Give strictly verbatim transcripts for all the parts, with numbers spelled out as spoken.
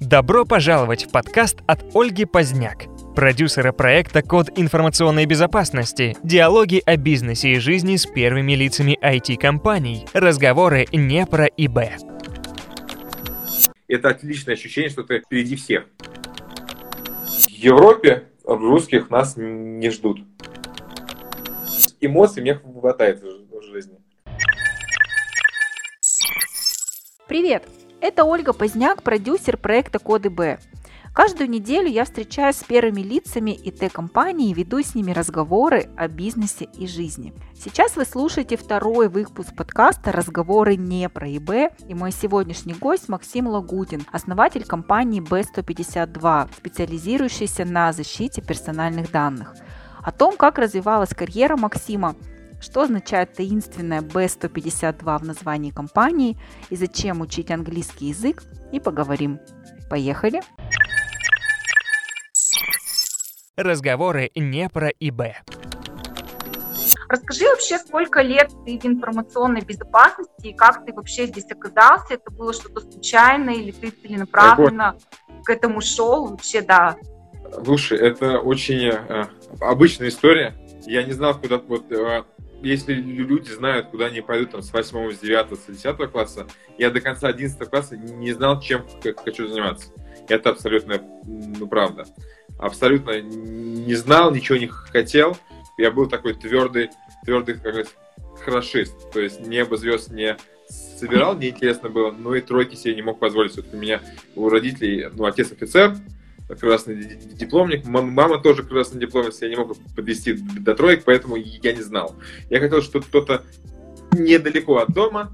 Добро пожаловать в подкаст от Ольги Поздняк, продюсера проекта «Код информационной безопасности». Диалоги о бизнесе и жизни с первыми лицами ай ти-компаний. Разговоры не про ИБ. Это отличное ощущение, что ты впереди всех. В Европе русских нас не ждут. Эмоций мне хватает в жизни. Привет! Это Ольга Поздняк, продюсер проекта «Код ИБ». Каждую неделю я встречаюсь с первыми лицами ай ти-компаний и веду с ними разговоры о бизнесе и жизни. Сейчас вы слушаете второй выпуск подкаста «Разговоры не про ИБ», и мой сегодняшний гость Максим Лагутин, основатель компании би сто пятьдесят два, специализирующийся на защите персональных данных. О том, как развивалась карьера Максима, что означает таинственное би сто пятьдесят два в названии компании и зачем учить английский язык, и поговорим. Поехали! Разговоры не про ИБ. Расскажи вообще, сколько лет ты в информационной безопасности и как ты вообще здесь оказался? Это было что-то случайное или ты целенаправленно к этому шел? Вообще, да. Слушай, это очень э, обычная история. Я не знал, куда... Вот, э, если люди знают, куда они пойдут там, с восьмого, с девятого, с десятого класса, я до конца одиннадцатого класса не знал, чем хочу заниматься. Это абсолютно ну, правда. Абсолютно не знал, ничего не хотел. Я был такой твердый, твердый, как говорится, хорошист. То есть небо звезд не собирал, мне интересно было, но и тройки себе не мог позволить. Все-таки у меня у родителей, ну, отец офицер, красный дипломник, мама тоже красный дипломник, я не мог подвести до троек, поэтому я не знал. Я хотел, чтобы что-то недалеко от дома,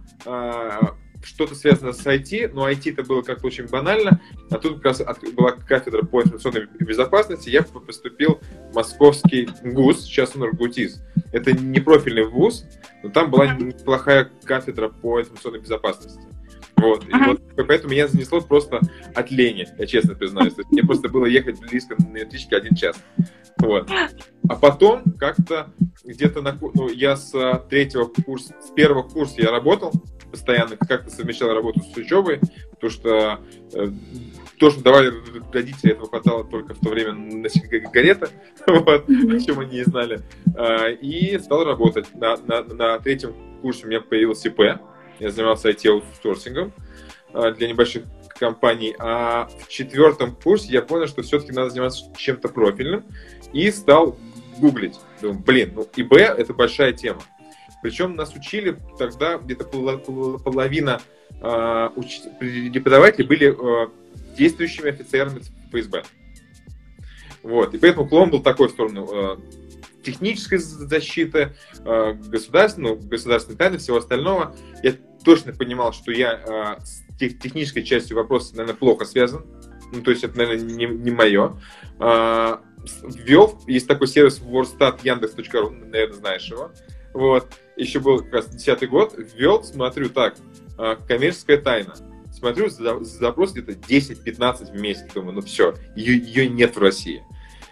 что-то связано с ай ти, но ай ти это было как-то очень банально, а тут как раз была кафедра по информационной безопасности, я поступил в московский ГУС, сейчас он РГУТИЗ. Это не профильный вуз, но там была неплохая кафедра по информационной безопасности. Вот. И вот поэтому меня занесло просто от лени, я честно признаюсь. То есть мне просто было ехать близко на электричке один час. Вот. А потом как-то где-то на, ну, я с третьего курса, с первого курса я работал постоянно, как-то совмещал работу с учебой, потому что э, то, что давали родители, этого хватало только в то время на сигареты, вот, о чем они не знали. Э, и стал работать. На, на, на третьем курсе у меня появился ИП. Я занимался ай ти-аутсорсингом э, для небольших компаний. А в четвертом курсе я понял, что все-таки надо заниматься чем-то профильным. И стал гуглить. Думаю, блин, ну ИБ — это большая тема. Причем нас учили тогда, где-то половина э, уч... преподавателей были э, действующими офицерами эф эс бэ. Вот. И поэтому уклон был такой в сторону э, технической защиты, э, государственной, ну, государственной тайны, всего остального. Я точно понимал, что я э, с тех, технической частью вопроса, наверное, плохо связан. Ну, то есть это, наверное, не, не мое. Э, ввел, есть такой сервис ворстат яндекс точка ру, наверное, знаешь его. Вот. Еще был как раз десятый год, ввел, смотрю, так, коммерческая тайна. Смотрю, запрос где-то десять-пятнадцать в месяц. Думаю, ну все, ее, ее нет в России.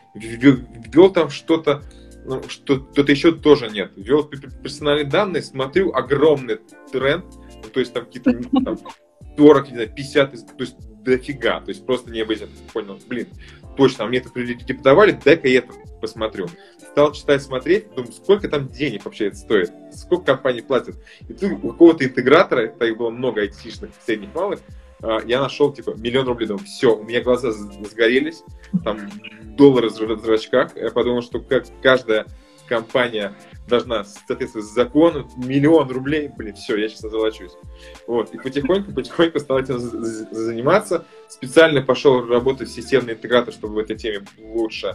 Ввел там что-то, ну, что-то еще тоже нет. Ввел персональные данные, смотрю, огромный тренд, ну, то есть там какие-то там, сорок, не знаю, пятьдесят, то есть дофига, то есть просто необычно. Понял, блин, точно, а мне это преподавали, дай-ка я это посмотрю. Стал читать, смотреть, думаю, сколько там денег вообще это стоит, сколько компаний платят. И тут у какого-то интегратора, так было много айтишных, средних, малых, я нашел, типа, миллион рублей, думаю, все, у меня глаза сгорелись, там доллары в зрачках, я подумал, что как каждая компания должна соответствовать закону, миллион рублей, блин, все, я сейчас озолочусь. Вот, и потихоньку, потихоньку стал этим заниматься, специально пошел работать в системный интегратор, чтобы в этой теме лучше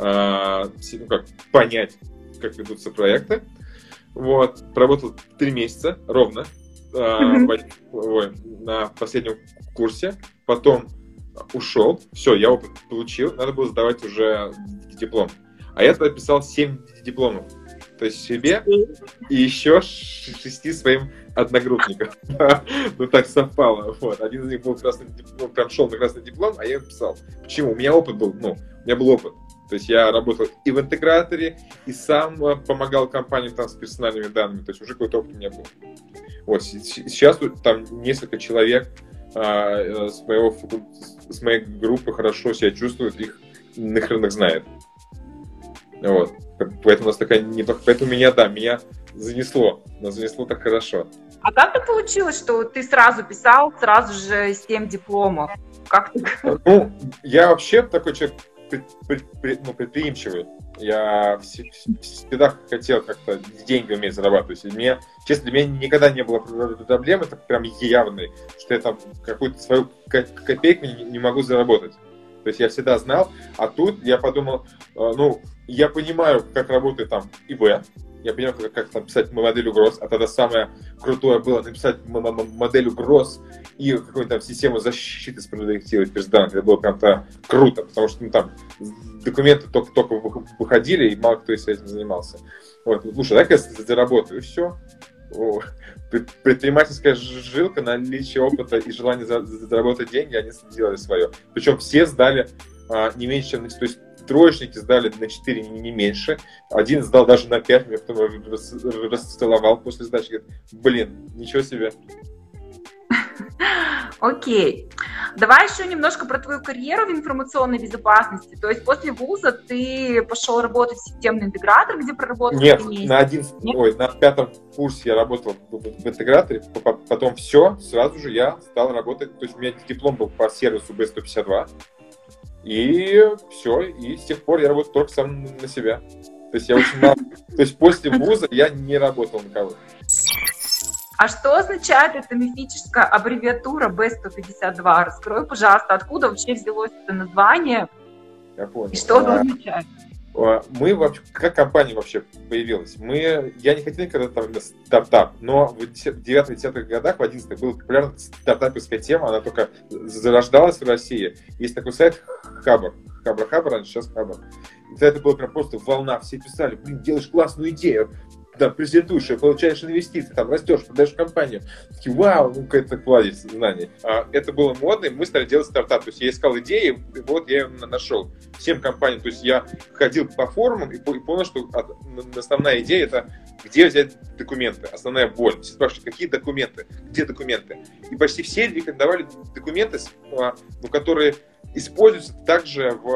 э, ну, как, понять, как ведутся проекты. Вот, проработал три месяца ровно э, mm-hmm. ой, на последнем курсе, потом ушел, все, я опыт получил, надо было сдавать уже диплом. А я тогда писал семь дипломов. То есть себе и еще шести своим одногруппникам. Ну так совпало. Вот. Один из них был красный диплом, прям шел на красный диплом, а я его писал. Почему? У меня опыт был, ну, у меня был опыт. То есть я работал и в интеграторе, и сам помогал компаниям там с персональными данными. То есть уже какой-то опыт у меня был. Вот. Сейчас там несколько человек а, с, моего, с моей группы хорошо себя чувствуют, их нахрен их знает. Вот. Поэтому у нас такая неплохая... Поэтому меня, да, меня занесло. Но занесло так хорошо. А как так получилось, что ты сразу писал, сразу же семь дипломов? Как ты... Ну, я вообще такой человек пред, пред, пред, ну, предприимчивый. Я всегда хотел как-то деньги уметь зарабатывать. И мне, честно, для меня никогда не было проблемы так прям явной, что я там какую-то свою копейку не, не могу заработать. То есть я всегда знал, а тут я подумал, ну, я понимаю, как работает там ИБ, я понимаю, как, как там писать модель угроз, а тогда самое крутое было написать модель угроз и какую-нибудь там систему защиты справедливости данных. Это было прям-то круто, потому что ну, там документы только-только выходили, и мало кто этим занимался. Вот, слушай, дай-ка я заработаю, и все. О, предпринимательская жилка, наличие опыта и желание заработать деньги, они сделали свое. Причем все сдали а, не меньше, чем... То есть троечники сдали на четыре, не меньше. Один сдал даже на пять, меня потом расцеловал после сдачи. Говорит, блин, ничего себе. Окей. Давай еще немножко про твою карьеру в информационной безопасности. То есть после вуза ты пошел работать в системный интегратор, где проработал Нет, три месяца? на одиннадцатом, ой, на пятом курсе я работал в, в интеграторе, потом все, сразу же я стал работать, то есть у меня диплом был по сервису би сто пятьдесят два, и все, и с тех пор я работаю только сам на себя. То есть я очень мало, то есть после вуза я не работал на кого. А что означает эта мифическая аббревиатура би сто пятьдесят два? Раскрой, пожалуйста, откуда вообще взялось это название? Я понял. И что оно означает? Мы вообще, как компания вообще появилась? Мы, я не хотел никогда там стартап, но в девятых-десятых годах, в одиннадцатых была популярна стартаперская тема, она только зарождалась в России. Есть такой сайт Хабр, Хабр, Хабр, раньше сейчас Хабр. И это было прям просто волна, все писали, блин, делаешь классную идею, да, презентуешь, получаешь инвестиции, там, растешь, продаешь компанию. Такие, вау, ну, какая-то кладезь знаний. А, это было модно, и мы стали делать стартап. То есть я искал идеи, и вот я ее нашел. Всем компаниям, то есть я ходил по форумам и, и понял, что основная идея — это где взять документы, основная боль. Все спрашивают, какие документы, где документы. И почти все рекомендовали документы, ну, которые используются также в,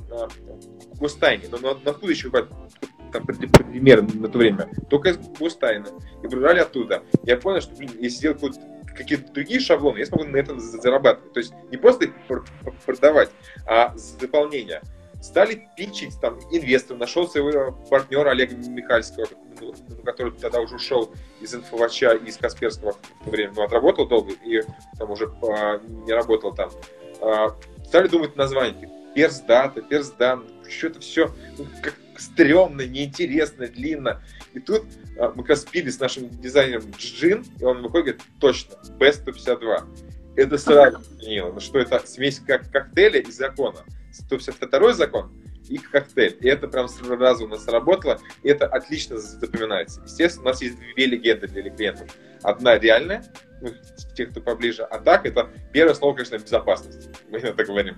в гостайне. Но, но, но откуда еще там, пример на то время, только из гостайны, и брали оттуда. Я понял, что, блин, если сделать какие-то другие шаблоны, я смогу на этом зарабатывать. То есть не просто их продавать, а заполнение. Стали питчить там инвесторов, нашел своего партнера Олега Михальского, который тогда уже ушел из Инфовача и из Касперского в то время, но отработал долго и там уже а, не работал там. А, стали думать названия. Персдата, Персдан, что-то все ну, как стрёмно, неинтересно, длинно. И тут а, мы как раз пили с нашим дизайнером джин, и он выходит и говорит, точно, би сто пятьдесят два. Это сразу изменило. Ну что это смесь как коктейля и закона. сто пятьдесят второй закон и коктейль. И это прям сразу у нас сработало, и это отлично запоминается. Естественно, у нас есть две легенды для клиентов. Одна реальная, ну, тех, кто поближе, а так это первое слово, конечно, безопасность. Мы это говорим.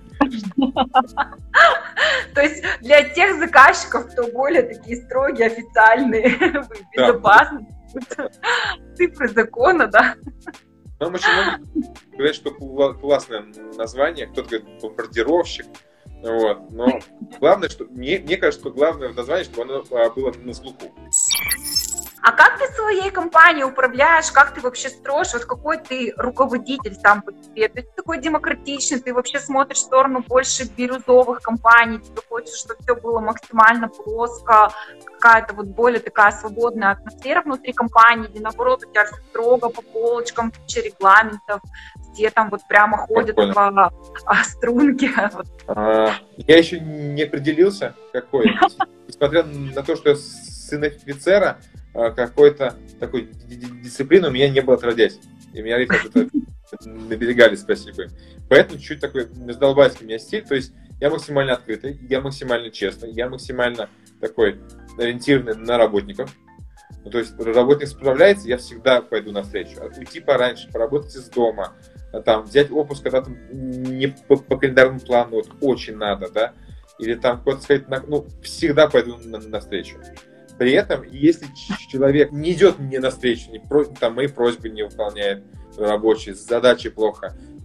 То есть для тех заказчиков, кто более такие строгие, официальные, безопасность, цифры закона, да? Нам очень многие говорят, что классное название, кто-то говорит бомбардировщик, вот. Но главное, что мне, мне кажется, что главное в названии, чтобы оно было на слуху. А как ты своей компанией управляешь, как ты вообще строишь, вот какой ты руководитель сам по себе? То есть ты такой демократичный, ты вообще смотришь в сторону больше бирюзовых компаний, ты хочешь, чтобы все было максимально плоско, какая-то вот более такая свободная атмосфера внутри компании, или наоборот у тебя все строго по полочкам, куча регламентов, все там вот прямо ходят по а, струнке. Вот. А, я еще не определился, какой. Несмотря на то, что я сын офицера, какой-то такой дисциплины у меня не было отродясь. И меня это наберегали, спасибо. Поэтому чуть такой раздолбайский у меня стиль. То есть я максимально открытый, я максимально честный, я максимально такой ориентированный на работников. Ну, то есть работник справляется, я всегда пойду навстречу. Уйти пораньше, поработать из дома, там, взять отпуск, когда там не по, по календарному плану вот, очень надо, да, или там куда-то сказать, ну, всегда пойду навстречу. При этом, если человек не идет мне навстречу, не про, там, мои просьбы не выполняет рабочие, задачи плохо,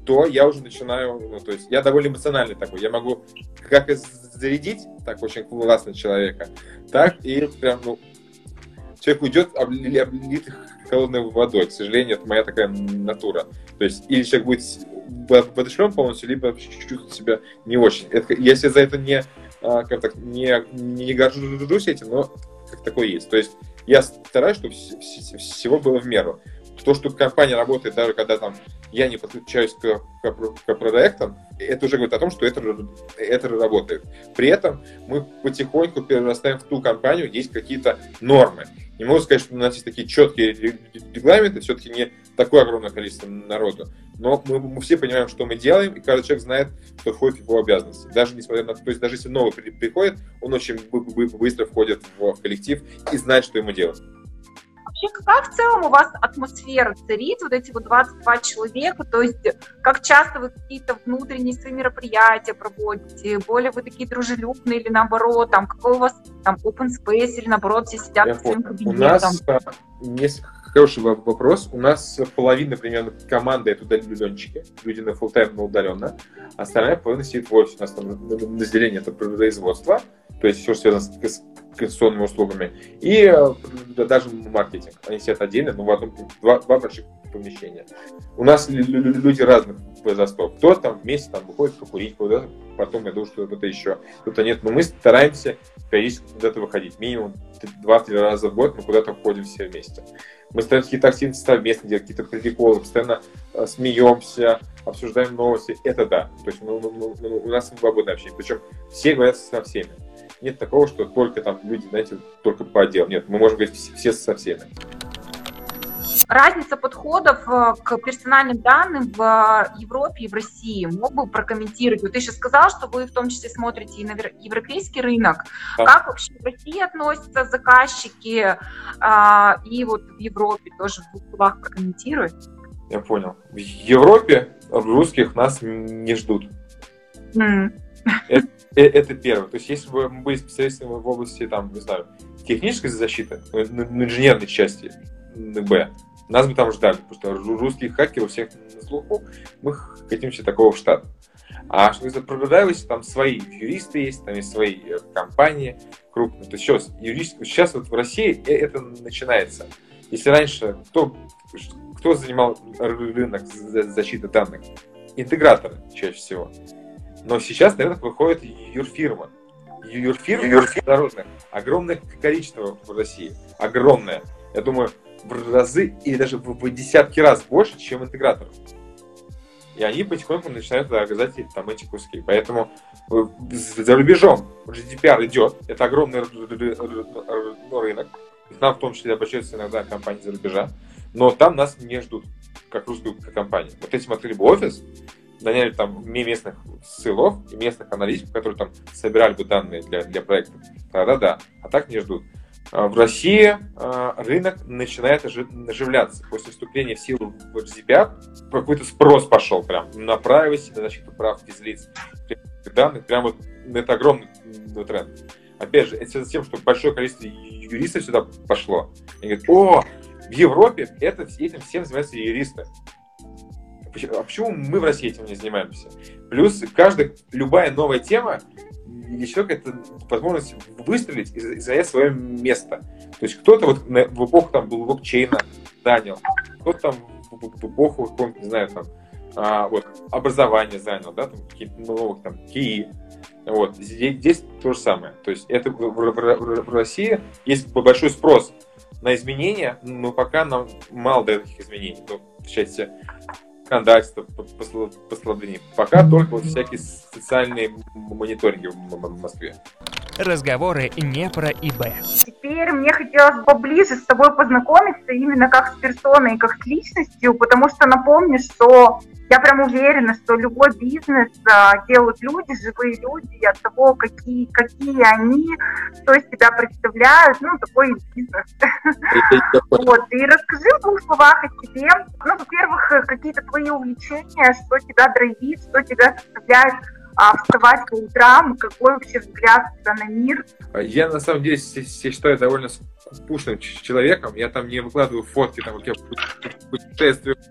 то я уже начинаю, ну, то есть я довольно эмоциональный такой, я могу как и зарядить, так очень классно человека, так и прям, ну, человек уйдет обли- облитый холодной водой, к сожалению, это моя такая натура, то есть или человек будет подошлен полностью, либо чувствует себя не очень. Это, если за это не, как так, не, не горжусь этим, но как такое есть, то есть я стараюсь, чтобы всего было в меру. То, что компания работает, даже когда там я не подключаюсь к, к, к проектам, это уже говорит о том, что это, это работает. При этом мы потихоньку перерастаем в ту компанию, где есть какие-то нормы. Не могу сказать, что у нас есть такие четкие регламенты, все-таки не такое огромное количество народу, но мы, мы все понимаем, что мы делаем, и каждый человек знает, что входит в его обязанности. Даже несмотря на то, есть даже если новый приходит, он очень быстро входит в коллектив и знает, что ему делать. Вообще, какая в целом у вас атмосфера царит, вот эти вот двадцать два человека, то есть как часто вы какие-то внутренние свои мероприятия проводите, более вы такие дружелюбные или наоборот, там, какой у вас там open space или наоборот все сидят Я в своем кабинете? У нас есть хороший вопрос, у нас половина примерно команды это удаленщики, люди на full-time, но удаленно, остальная половина сидит в офисе, у нас там разделение это производство, то есть все, что связано с конституционными услугами, и да, даже маркетинг. Они сидят отдельно, но в одном, два, два больших помещения. У нас люди разных возрастов. Кто-то там вместе там, выходит покурить, куда-то потом я думаю, что кто-то еще, кто-то нет. Но мы стараемся периодически куда-то выходить. Минимум два-три раза в год мы куда-то ходим все вместе. Мы стараемся какие-то активности совместно делать, какие-то приколы, постоянно э, смеемся, обсуждаем новости. Это да. То есть ну, ну, ну, у нас свободное общение. Причем все говорят со всеми. Нет такого, что только там люди, знаете, только по отделу. Нет, мы можем говорить все, все со всеми. Разница подходов к персональным данным в Европе и в России. Мог бы прокомментировать? Вот ты сейчас сказал, что вы в том числе смотрите и на европейский рынок. Да. Как вообще в России относятся заказчики а, и вот в Европе тоже в двух словах прокомментируй? Я понял. В Европе русских нас не ждут. Mm. Это, это первое. То есть, если бы мы были специалистами в области, там, не знаю, технической защиты, на инженерной части, Б, нас бы там ждали, потому что русские хакеры у всех на слуху, мы хотим себе такого в штат. А что если продавайся, там свои юристы есть, там есть свои компании крупные. То есть сейчас, юридически, сейчас вот в России это начинается. Если раньше, кто, кто занимал рынок защиты данных? Интеграторы чаще всего. Но сейчас на рынок выходит юрфирма. Юрфирм международных огромное количество в России. Огромное. Я думаю, в разы или даже в десятки раз больше, чем интеграторов. И они потихоньку начинают оказать там эти куски. Поэтому за рубежом джи ди пи ар идет. Это огромный рынок. К нам в том числе обращаются иногда компании за рубежа. Но там нас не ждут, как русскую компанию. Вот этим открыли бы офис, наняли там местных ссылов и местных аналитиков, которые там собирали бы данные для, для проекта. Тогда да, а так не ждут. В России рынок начинает оживляться. После вступления в силу джи ди пи ар какой-то спрос пошел прям на privacy, на защиту прав физлиц, данных. Прям вот это огромный тренд. Опять же, это связано с тем, что большое количество юристов сюда пошло. Они говорят, о, в Европе это, этим всем занимаются юристы. А почему мы в России этим не занимаемся? Плюс каждая, любая новая тема еще какая-то возможность выстрелить и занять свое место. То есть кто-то вот в эпоху там блокчейна занял, кто-то там в эпоху, не знаю, там, а, вот, образования занял, да, там какие-то новых там КИИ. Вот. Здесь, здесь то же самое. То есть это в, в, в, в России есть большой спрос на изменения, но пока нам мало до этих изменений. Ну, в части законодательства, послаблений. Пока только вот всякие социальные мониторинги в Москве. Разговоры не про ИБ. Теперь мне хотелось бы поближе с тобой познакомиться именно как с персоной, как с личностью, потому что напомню, что я прям уверена, что любой бизнес а, делают люди, живые люди, и от того, какие, какие они, что из себя представляют, ну, такой бизнес. Вот, и расскажи в двух словах о себе. Ну, во-первых, какие-то твои увлечения, что тебя драйвит, что тебя заставляет а, вставать по утрам, какой вообще взгляд на мир. Я, на самом деле, считаю довольно скучным человеком. Я там не выкладываю фотки, там, как я путешествую,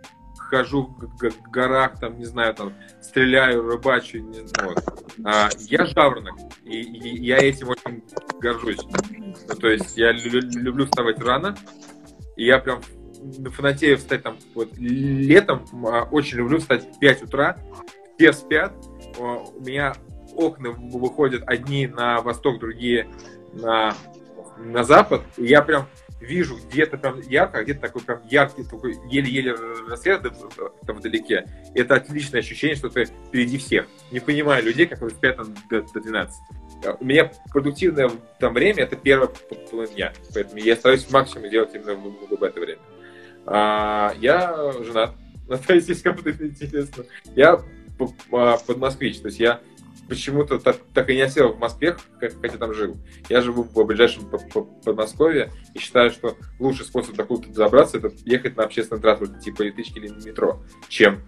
хожу в горах, там, не знаю, там, стреляю, рыбачу, не знаю. Вот. А, я жаворонок, и, и я этим очень горжусь. Ну, то есть я лю- люблю вставать рано, и я прям фанатею встать там, вот, летом а, очень люблю встать в пять утра, все спят, а, у меня окна выходят одни на восток, другие на, на запад, и я прям вижу где-то прям ярко, а где-то такой прям яркий, такой еле-еле рассвет там вдалеке. Это отличное ощущение, что ты впереди всех. Не понимаю людей, как вот спят там до, до двенадцати. У меня продуктивное там время — это первая половина дня, поэтому я стараюсь максимум делать именно в, в это время. А, я женат, то есть, если кому-то интересно. Я подмосквич, то есть я почему-то так, так и не осел в Москве, хотя там жил. Я живу в ближайшем Подмосковье и считаю, что лучший способ докуда-то добраться — это ехать на общественном транспорте, типа электрички или метро, чем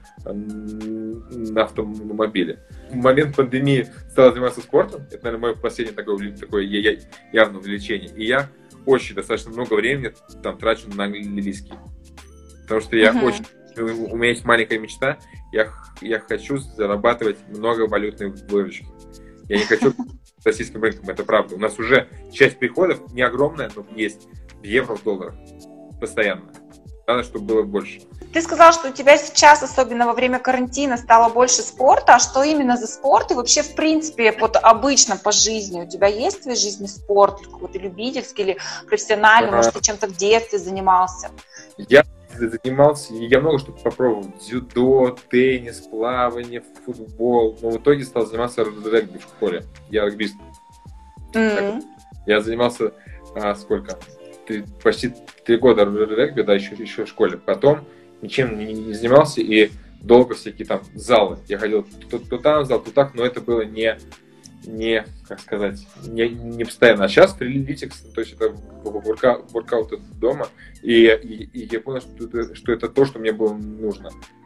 на автомобиле. В момент пандемии стал заниматься спортом. Это, наверное, мое последнее такое, такое явное увлечение. И я очень достаточно много времени там трачу на английский. Потому что я uh-huh. очень... У меня есть маленькая мечта. Я, я хочу зарабатывать много валютной выручки. Я не хочу с российским рынком, это правда. У нас уже часть приходов не огромная, но есть в евро, в долларах. Постоянно. Надо, чтобы было больше. Ты сказал, что у тебя сейчас, особенно во время карантина, стало больше спорта. А что именно за спорт? И вообще, в принципе, вот обычно по жизни у тебя есть в твоей жизни спорт? Какой-то любительский или профессиональный? А... Может, ты чем-то в детстве занимался? Я занимался, я много что попробовал. Дзюдо, теннис, плавание, футбол. Но в итоге стал заниматься регби в школе. Я регбист. Mm-hmm. Я занимался а, сколько? Ты, почти три года регби, да, еще, еще в школе. Потом ничем не, не занимался и долго всякие там залы. Я ходил то, то там в зал, то так, но это было не, не как сказать, не, не постоянно. А сейчас Freeletics, то есть это воркаут дома, и, и, и я понял, что это, что это то, что мне было нужно.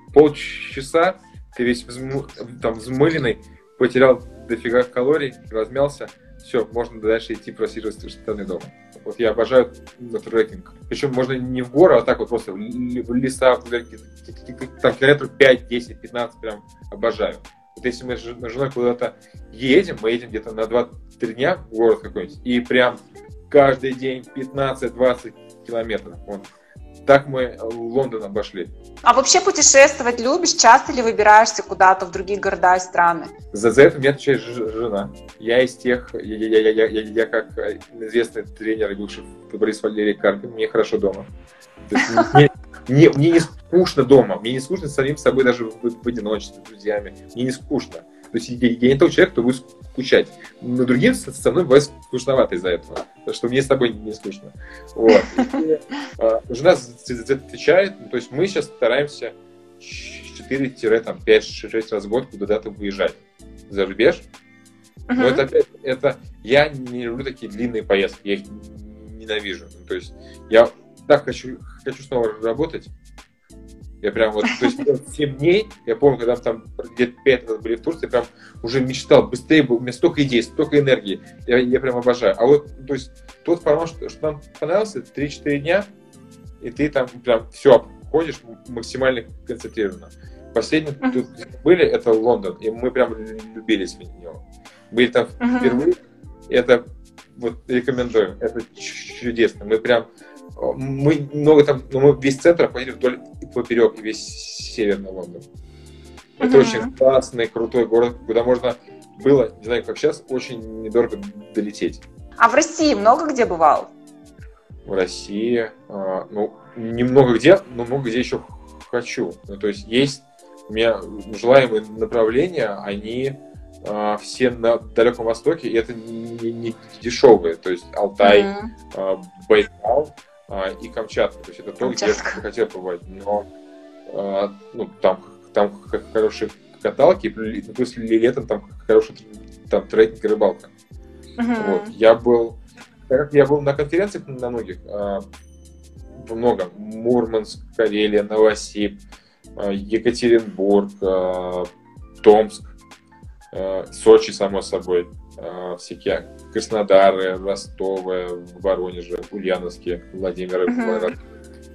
Полчаса ты весь взму, там взмыленный, потерял дофига калорий, размялся, все, можно дальше идти просиживать в штаны дома. Вот я обожаю трекинг. Причем можно не в горы, а так вот просто в леса, там километров пять, десять, пятнадцать, прям обожаю. Вот если мы с женой куда-то едем, мы едем где-то на два-три дня в город какой-нибудь, и прям каждый день пятнадцать-двадцать километров. Вот. Так мы Лондон обошли. А вообще путешествовать любишь? Часто ли выбираешься куда-то в другие города и страны? За, за это мне отвечает жена. Я из тех, я, я, я, я, я, я как известный тренер и бывший футболист Валерий Карпин, мне хорошо дома. Мне, мне, мне не скучно дома, мне не скучно самим собой даже в, в одиночестве, с друзьями. Мне не скучно. То есть я, я не тот человек, кто будет скучать. Но другим со, со мной бывает скучновато из-за этого. Потому что мне с тобой не скучно. Вот. И, а, жена отвечает. Ну, то есть мы сейчас стараемся четыре-пять-шесть раз в год куда-то выезжать за рубеж. Uh-huh. Но это опять, это я не люблю такие длинные поездки. Я их ненавижу. Ну, то есть я так хочу, хочу снова работать. Я прям вот, то есть семь дней, я помню, когда мы там где-то пять раз были в Турции, прям уже мечтал, быстрее был, у меня столько идей, столько энергии, я, я прям обожаю. А вот, то есть, тот формат, что, что нам понравился, три-четыре дня, и ты там прям все обходишь максимально концентрированно. Последние uh-huh. тут были, это Лондон, и мы прям любили с него. Были там uh-huh. впервые, это вот рекомендую, это чудесно. Мы прям Мы много там, ну, мы весь центр обходили вдоль и поперек, и весь северный Лондон. Uh-huh. Это очень классный, крутой город, куда можно было, не знаю, как сейчас, очень недорого долететь. А в России много где бывал? В России, а, ну, немного где, но много где еще хочу. Ну, то есть есть у меня желаемые направления, они а, все на Далеком Востоке, и это не, не дешевые. То есть Алтай, uh-huh. а, Байкал, и Камчатка, то есть это то, где я хотел побывать, но а, ну, там, там хорошие каталки, плюс летом там хороший там трекинг и рыбалка. Uh-huh. Вот. Я был, я был на конференциях на многих, а, много, Мурманск, Карелия, Новосиб, а, Екатеринбург, а, Томск, а, Сочи, само собой. Всякие Краснодары, Ростовы, Воронеже, Ульяновске, Владимиры, uh-huh.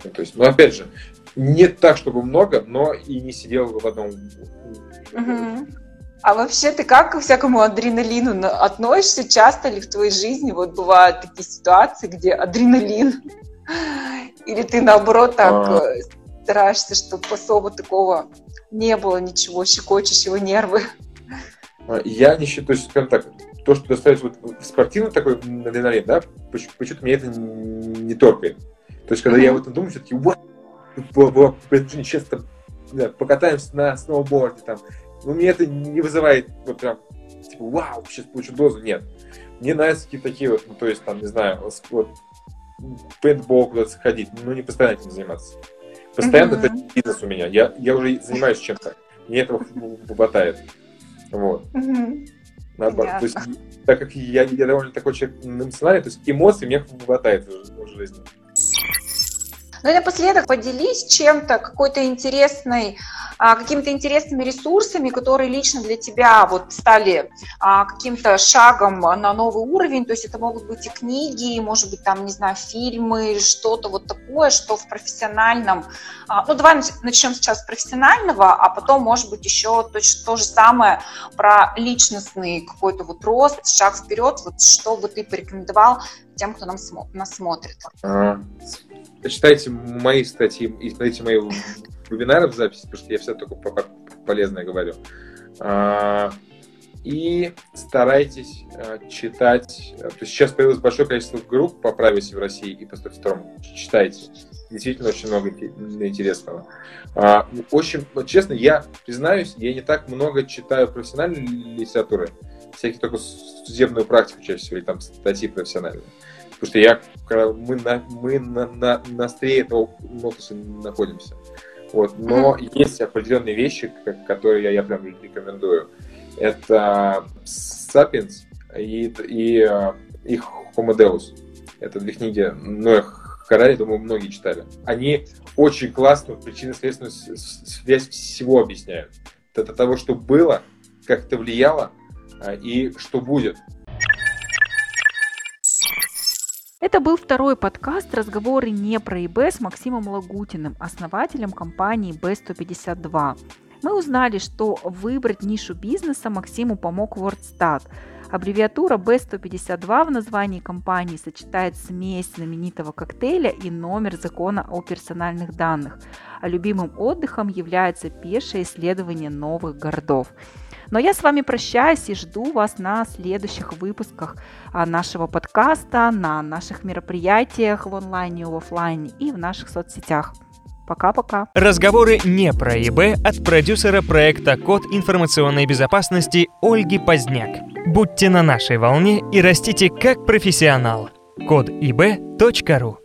Ну, то есть, ну, опять же, не так, чтобы много, но и не сидел в одном. Угу. А вообще ты как ко всякому адреналину относишься? Часто ли в твоей жизни вот бывают такие ситуации, где адреналин? Или ты наоборот так а... стараешься, чтобы особо такого не было, ничего щекочущего нервы? Я не считаю, то есть, скажем так, то, что доставит вот спортивный такой адреналин, да, почему-то меня это не торкает. То есть, когда mm-hmm. я об этом думаю, все-таки, вау, честно, да, покатаемся на сноуборде, там, ну, мне это не вызывает, вот прям, типа, вау, сейчас получу дозу, нет. Мне нравятся какие-то такие вот, ну, то есть, там, не знаю, вот, пейнтбол куда-то сходить, ну, не постоянно этим заниматься. Постоянно mm-hmm. это бизнес у меня, я, я уже занимаюсь чем-то, мне этого хватает. Вот. Mm-hmm. Наоборот. То есть, так как я, я довольно такой человек эмоциональный, то есть эмоций мне хватает в, в жизни. Ну и напоследок поделись чем-то, какой-то интересной, какими-то интересными ресурсами, которые лично для тебя вот стали каким-то шагом на новый уровень. То есть это могут быть и книги, может быть, там, не знаю, фильмы, что-то вот такое, что в профессиональном... Ну, давай начнем сейчас с профессионального, а потом, может быть, еще то, то же самое про личностный какой-то вот рост, шаг вперед. Вот что бы ты порекомендовал тем, кто нам, нас смотрит? Читайте мои статьи и смотрите мои вебинары в записи, потому что я все только полезное говорю. И старайтесь читать. То есть сейчас появилось большое количество групп по privacy в России и по сто второму. Читайте. Действительно очень много интересного. Очень, честно, я признаюсь, я не так много читаю профессиональной литературы, всякие только судебную практику чаще всего, или там статьи профессиональные. Потому что я, мы на, мы на, на, на острие этого нотуса находимся. Вот. Но mm-hmm. есть определенные вещи, которые я, я прям рекомендую. Это «Сапиенс» и, и, и «Homo Deus». Это две книги Ноя Харари, думаю, многие читали. Они очень классно причинно-следственную связь всего объясняют. От того, что было, как это влияло и что будет. Это был второй подкаст «Разговоры не про ИБ» с Максимом Лагутиным, основателем компании би сто пятьдесят два. Мы узнали, что выбрать нишу бизнеса Максиму помог WordStat. Аббревиатура би сто пятьдесят два в названии компании сочетает смесь знаменитого коктейля и номер закона о персональных данных, а любимым отдыхом является пешее исследование новых городов. Но я с вами прощаюсь и жду вас на следующих выпусках нашего подкаста, на наших мероприятиях в онлайне и в офлайне и в наших соцсетях. Пока-пока. Разговоры не про ИБ от продюсера проекта «Код информационной безопасности» Ольги Поздняк. Будьте на нашей волне и растите как профессионал. код и бэ точка ру